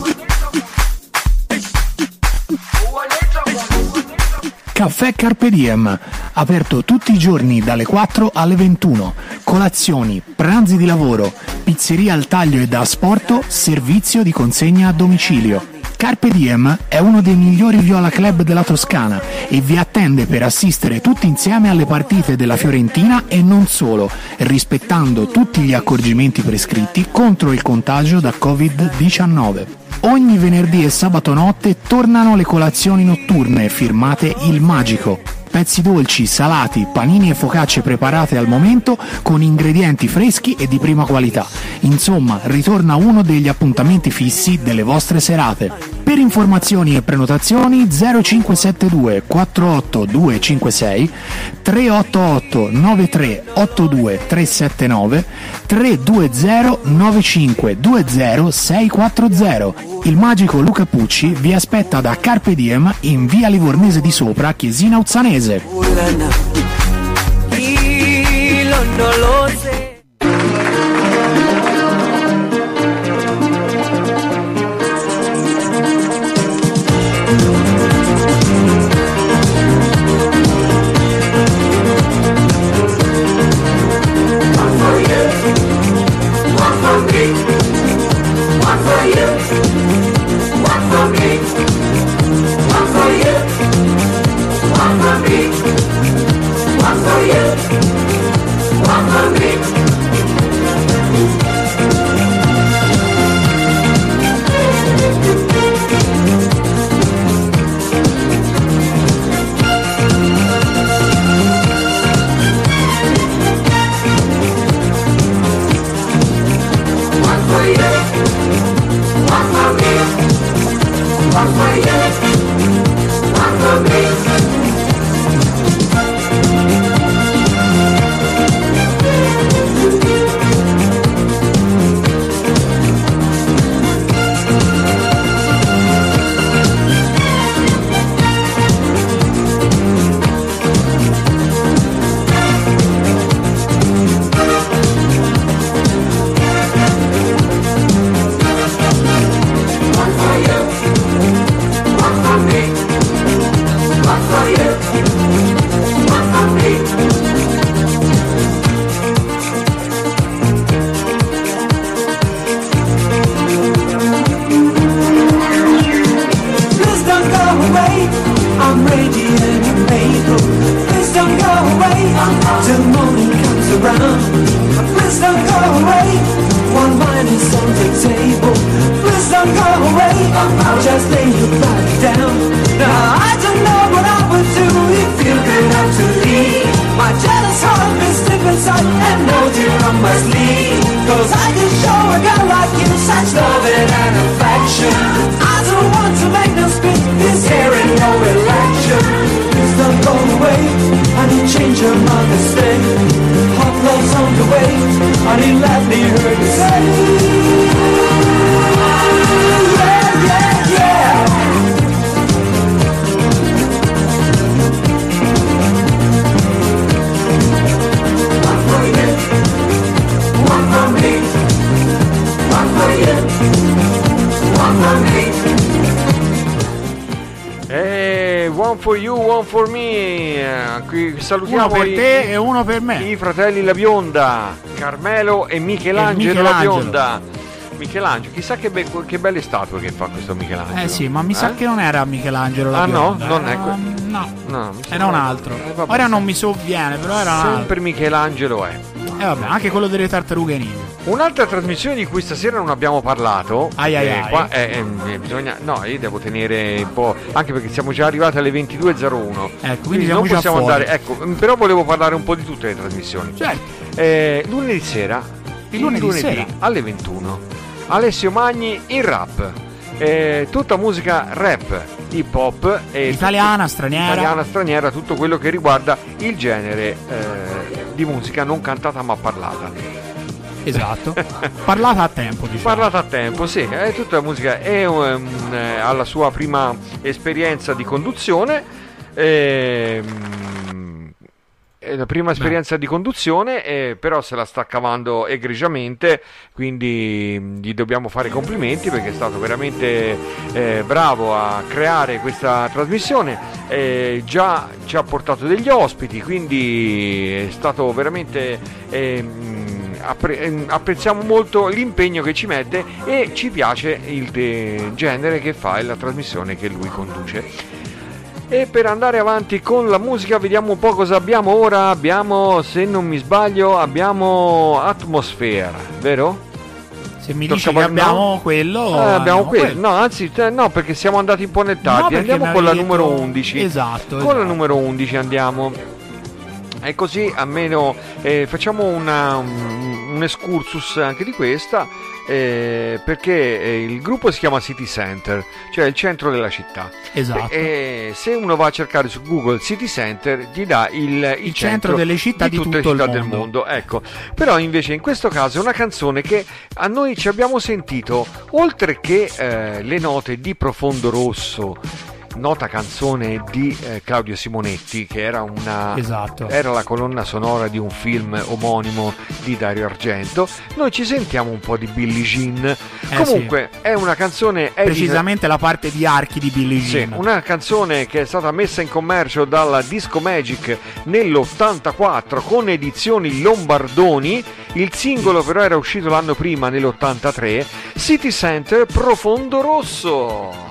Caffè Carpe Diem, aperto tutti i giorni dalle 4 alle 21. Colazioni, pranzi di lavoro, pizzeria al taglio e da asporto, servizio di consegna a domicilio. Carpe Diem è uno dei migliori viola club della Toscana e vi attende per assistere tutti insieme alle partite della Fiorentina e non solo, rispettando tutti gli accorgimenti prescritti contro il contagio da Covid-19. Ogni venerdì e sabato notte tornano le colazioni notturne firmate Il Magico. Pezzi dolci, salati, panini e focacce preparate al momento con ingredienti freschi e di prima qualità. Insomma, ritorna uno degli appuntamenti fissi delle vostre serate. Per informazioni e prenotazioni 0572 48 256 388 93 82 379 320 95 20 640. Il magico Luca Pucci vi aspetta da Carpe Diem in via Livornese di Sopra, Chiesina Uzzanese. One for you, one for me. Qui salutiamo uno per te e uno per me. I fratelli La Bionda, Carmelo e Michelangelo La Bionda. Michelangelo, chissà che belle statue che fa questo Michelangelo. Sì, ma mi sa che non era Michelangelo la bionda. No? Non è no, era un altro. Ora non mi sovviene, però era sempre Michelangelo è. Vabbè, anche quello delle tartarughe ninja. Un'altra trasmissione di cui stasera non abbiamo parlato. Qua bisogna. No, io devo tenere un po'. Anche perché siamo già arrivati alle 22.01. Ecco, quindi non possiamo andare. Ecco, però volevo parlare un po' di tutte le trasmissioni. Certo. Lunedì sera. Il lunedì sera alle 21. Alessio Magni in rap. Tutta musica rap, hip hop italiana, straniera, tutto quello che riguarda il genere di musica non cantata ma parlata. Esatto. Parlata a tempo, diciamo. Parlata a tempo, sì. Tutta la musica ha la sua prima esperienza di conduzione. La prima esperienza di conduzione, però se la sta cavando egregiamente, quindi gli dobbiamo fare complimenti perché è stato veramente bravo a creare questa trasmissione. Già ci ha portato degli ospiti, quindi è stato veramente apprezziamo molto l'impegno che ci mette e ci piace il genere che fa e la trasmissione che lui conduce. E per andare avanti con la musica vediamo un po' cosa abbiamo ora. Abbiamo, se non mi sbaglio, abbiamo Atmosphere, vero? Se mi dici che abbiamo quello, abbiamo quello. No, anzi, no, perché siamo andati un po' nel tardi. Andiamo con la numero 11. Esatto. Con la numero 11 andiamo. E così almeno facciamo un excursus anche di questa. Perché il gruppo si chiama City Center, cioè il centro della città. Esatto. E se uno va a cercare su Google City Center gli dà il centro delle città di tutte tutto le città il del mondo. Ecco. Però invece in questo caso è una canzone che a noi ci abbiamo sentito, oltre che le note di Profondo Rosso, nota canzone di Claudio Simonetti, che era era la colonna sonora di un film omonimo di Dario Argento. Noi ci sentiamo un po' di Billie Jean. Comunque è una canzone precisamente la parte di archi di Billie Jean. Sì, una canzone che è stata messa in commercio dalla Disco Magic nell'84 con edizioni Lombardoni. Il singolo però era uscito l'anno prima, nell'83. City Center, Profondo Rosso.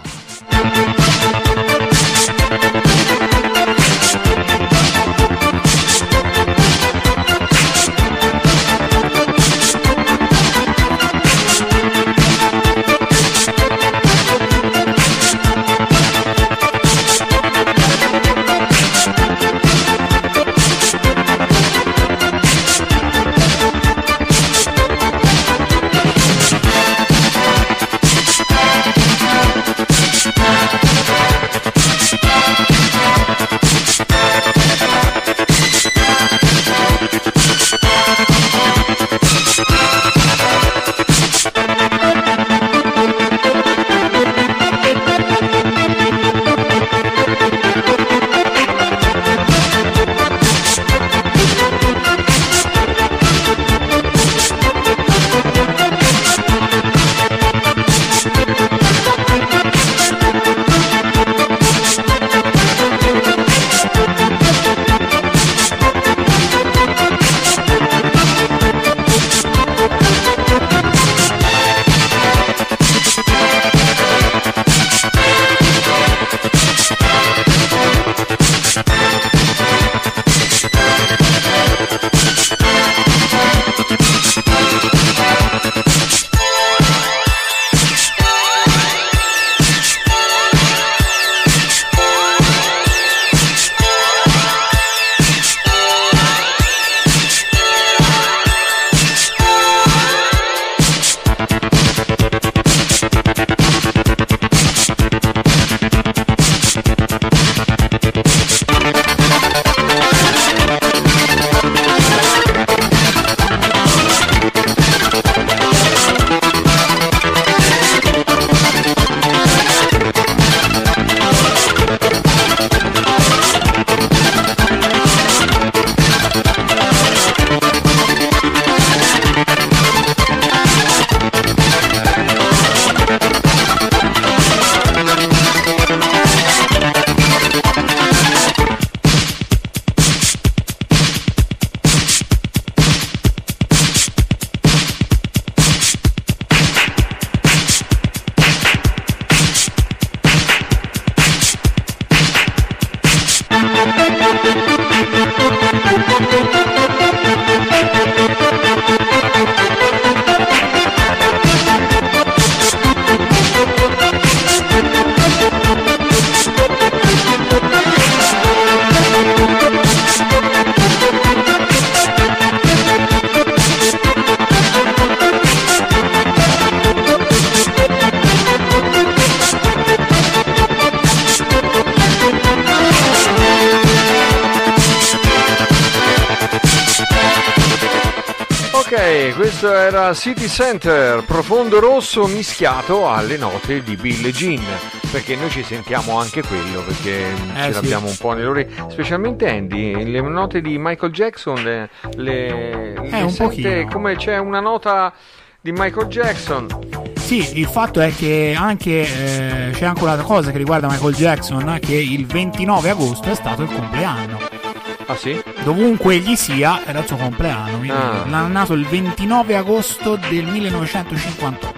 questo era City Center, profondo rosso mischiato alle note di Billie Jean, perché noi ci sentiamo anche quello, perché ce l'abbiamo un po' nelle orecchie, specialmente Andy, le note di Michael Jackson le un sente pochino. come c'è una nota di Michael Jackson. Sì, il fatto è che anche c'è anche una cosa che riguarda Michael Jackson, che il 29 agosto è stato il compleanno. Ah sì? Dovunque egli sia, era il suo compleanno. L'ha nato il 29 agosto del 1958.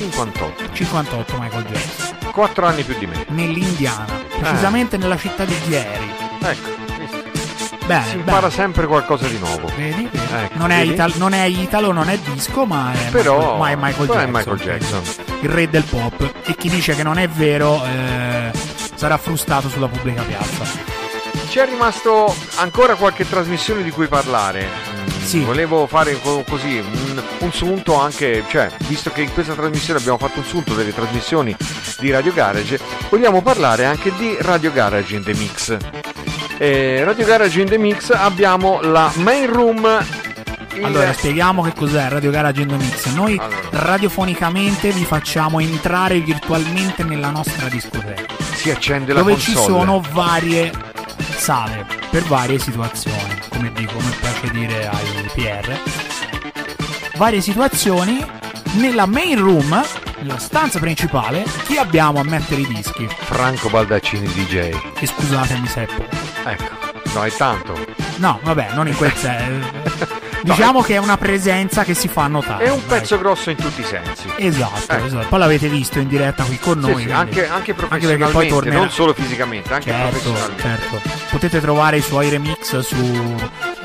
58 Michael Jackson. 4 anni più di me. Nell'Indiana, precisamente nella città di Gary. Ecco, visto? Bene, Si impara sempre qualcosa di nuovo. Vedi? Ecco, non, vedi? Non è italo, non è disco, ma è Però è Michael però Jackson. è Michael Jackson. Il re del pop. E chi dice che non è vero sarà frustrato sulla pubblica piazza. Ci è rimasto ancora qualche trasmissione di cui parlare. Sì. Volevo fare così un sunto anche, cioè, visto che in questa trasmissione abbiamo fatto un sunto delle trasmissioni di Radio Garage, vogliamo parlare anche di Radio Garage in the Mix. Radio Garage in the Mix abbiamo la main room. Allora, spieghiamo che cos'è Radio Garage in the Mix. Noi radiofonicamente vi facciamo entrare virtualmente nella nostra discoteca. Si accende la dove console. ci sono varie sale per varie situazioni, come piace dire ai PR. Varie situazioni. Nella main room, nella stanza principale, chi abbiamo a mettere i dischi? Franco Baldaccini DJ. E scusatemi se è poco. Ecco, no, è tanto. No, vabbè, non in quel senso. Diciamo che è una presenza che si fa notare. È un pezzo grosso in tutti i sensi. Esatto, esatto. Poi l'avete visto in diretta qui con noi. Sì, anche professionalmente, perché poi tornerà... non solo fisicamente, anche professionalmente. Certo. Potete trovare i suoi remix su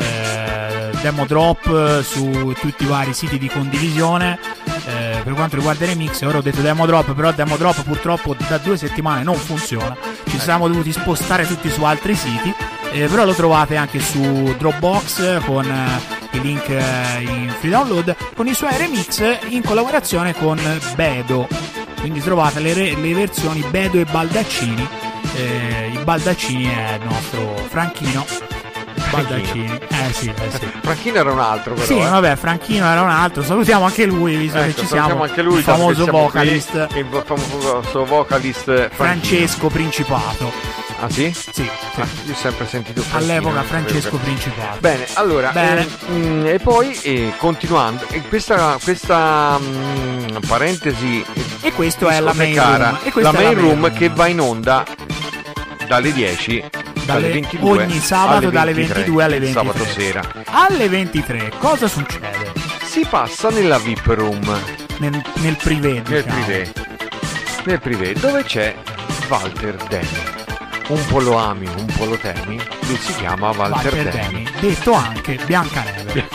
Demo Drop, su tutti i vari siti di condivisione. Per quanto riguarda i remix, ora ho detto Demo Drop, però Demo Drop purtroppo da 2 settimane non funziona. Ci siamo dovuti spostare tutti su altri siti. Però lo trovate anche su Dropbox con il link in free download, con i suoi remix in collaborazione con Bedo. Quindi trovate le versioni Bedo e Baldaccini. Il Baldaccini è il nostro Franchino Baldaccini. Sì. Franchino era un altro, però. Sì, vabbè, Franchino era un altro. Salutiamo anche lui, visto che ci siamo. Anche lui, il famoso vocalist. Il famoso vocalist Francesco Principato. Ah sì? Sì. Io ho sempre sentito Franchino. All'epoca Francesco Principato. Bene, allora e poi continuando questa parentesi, e questo è la main room. E la main room che va in onda dalle 10 dalle 22 ogni sabato dalle 22 alle 23. Sabato sera alle 23 cosa succede? Si passa nella VIP room, nel privé, diciamo. nel privé dove c'è Walter Demi. Un po' lo ami, un po' lo temi. Lui si chiama Walter Demi. Detto anche Biancaneve.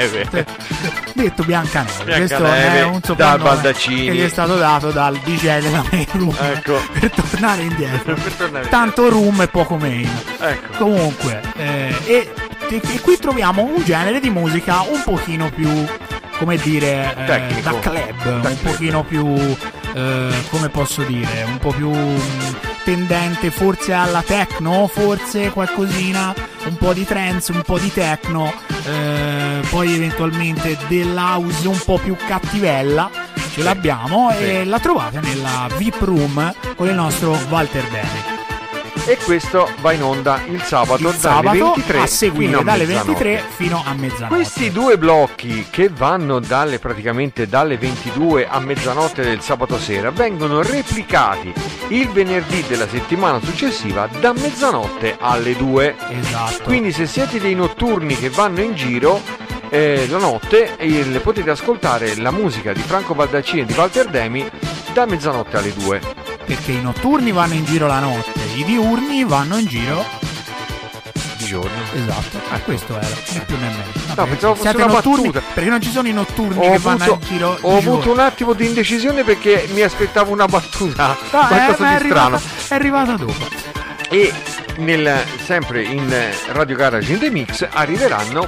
Detto Biancaneve. Questo è un soprannome che gli è stato dato dal DJ della main room. Ecco. Per tornare indietro. Tanto room e poco main. Ecco. Comunque e qui troviamo un genere di musica un pochino più, come dire, da club, un pochino più come posso dire, un po' più tendente forse alla techno, forse qualcosina, un po' di trance, un po' di techno, poi eventualmente dell'house un po' più cattivella, ce l'abbiamo e la trovate nella VIP room con il nostro Walter Demi. E questo va in onda il sabato dalle 23 a seguire fino a dalle mezzanotte. 23 fino a mezzanotte. Questi due blocchi che vanno praticamente dalle 22 a mezzanotte del sabato sera vengono replicati il venerdì della settimana successiva da mezzanotte alle 2. Esatto. Quindi se siete dei notturni che vanno in giro la notte potete ascoltare la musica di Franco Baldaccini e di Walter Demi da mezzanotte alle 2. Perché i notturni vanno in giro la notte, i diurni vanno in giro di giorno. Esatto, questo era, né più né meno. No, pensavo fosse siate una notturni, battuta. Perché non ci sono i notturni che vanno in giro. Ho avuto un attimo di indecisione perché mi aspettavo una battuta, qualcosa di strano. È arrivata dopo. E sempre in Radio Garage in The Mix arriveranno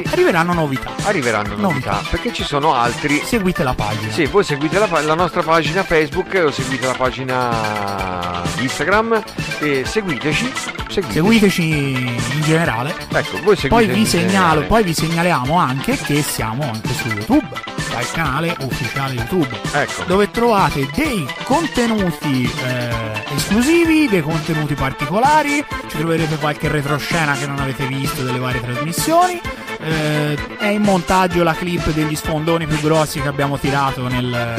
novità, perché ci sono altri. Seguite la pagina. Sì, voi seguite la nostra pagina Facebook o seguite la pagina Instagram e seguiteci in generale. Ecco, voi seguite. Poi vi segnaliamo anche che siamo anche su YouTube, dal canale ufficiale YouTube, ecco, dove trovate dei contenuti esclusivi, dei contenuti particolari, ci troverete qualche retroscena che non avete visto delle varie trasmissioni. È in montaggio la clip degli sfondoni più grossi che abbiamo tirato nella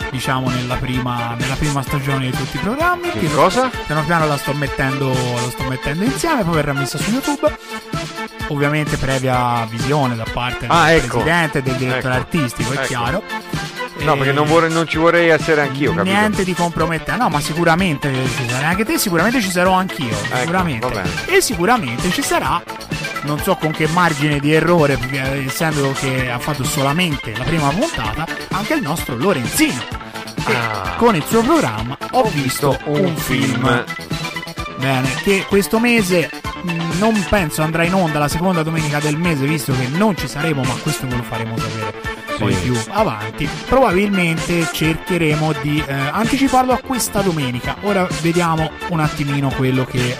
prima stagione di tutti i programmi. Cosa? Piano piano la sto mettendo insieme, poi verrà messa su YouTube, ovviamente previa visione da parte del presidente e del direttore artistico, è chiaro. No, perché non ci vorrei essere anch'io, capito? Niente di compromettere. No, ma sicuramente ci sarai anche te, sicuramente ci sarò anch'io, sicuramente. E sicuramente ci sarà, non so con che margine di errore, essendo che ha fatto solamente la prima puntata, anche il nostro Lorenzino, che con il suo programma Ho visto un film. Bene, che questo mese non penso andrà in onda la seconda domenica del mese, visto che non ci saremo, ma questo ve lo faremo sapere poi più avanti. Probabilmente cercheremo di anticiparlo a questa domenica. Ora vediamo un attimino quello che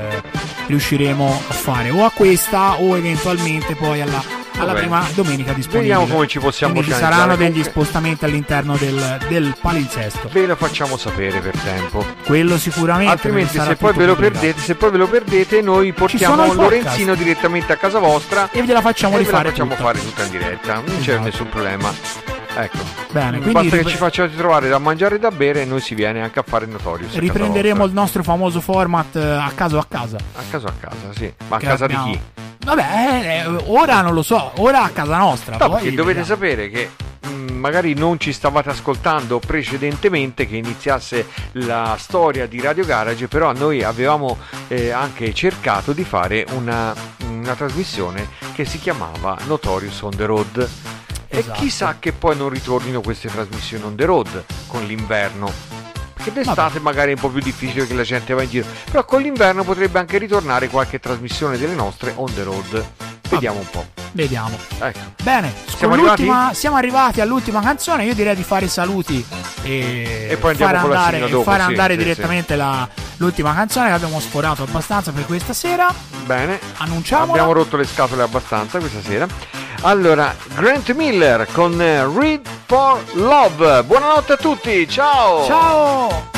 riusciremo a fare, o a questa o eventualmente poi alla prima domenica disponibile. Vediamo come ci possiamo organizzare. Ci saranno degli spostamenti all'interno del palinsesto. Ve lo facciamo sapere per tempo. Quello sicuramente. Altrimenti se poi ve lo perdete, noi portiamo Lorenzino direttamente a casa vostra e ve la facciamo fare tutta in diretta. Non c'è nessun problema. Ecco. Bene, basta che ci facciate trovare da mangiare e da bere e noi si viene anche a fare Notorious. Riprenderemo il nostro famoso format a caso a casa. A caso a casa, sì. Ma a casa di chi? Vabbè, ora non lo so, ora a casa nostra. No, perché dovete sapere che magari non ci stavate ascoltando precedentemente che iniziasse la storia di Radio Garage, però noi avevamo anche cercato di fare una trasmissione che si chiamava Notorious on the Road. Esatto. E chissà che poi non ritornino queste trasmissioni on the road con l'inverno, perché d'estate magari è un po' più difficile che la gente va in giro, però con l'inverno potrebbe anche ritornare qualche trasmissione delle nostre on the road. Vediamo un po'. Vediamo. Ecco. Bene, siamo arrivati all'ultima canzone. Io direi di fare i saluti e poi fare andare direttamente l'ultima canzone, che abbiamo sforato abbastanza per questa sera. Bene, annunciamola. Abbiamo rotto le scatole abbastanza questa sera. Allora, Grant Miller con Read for Love. Buonanotte a tutti, ciao! Ciao!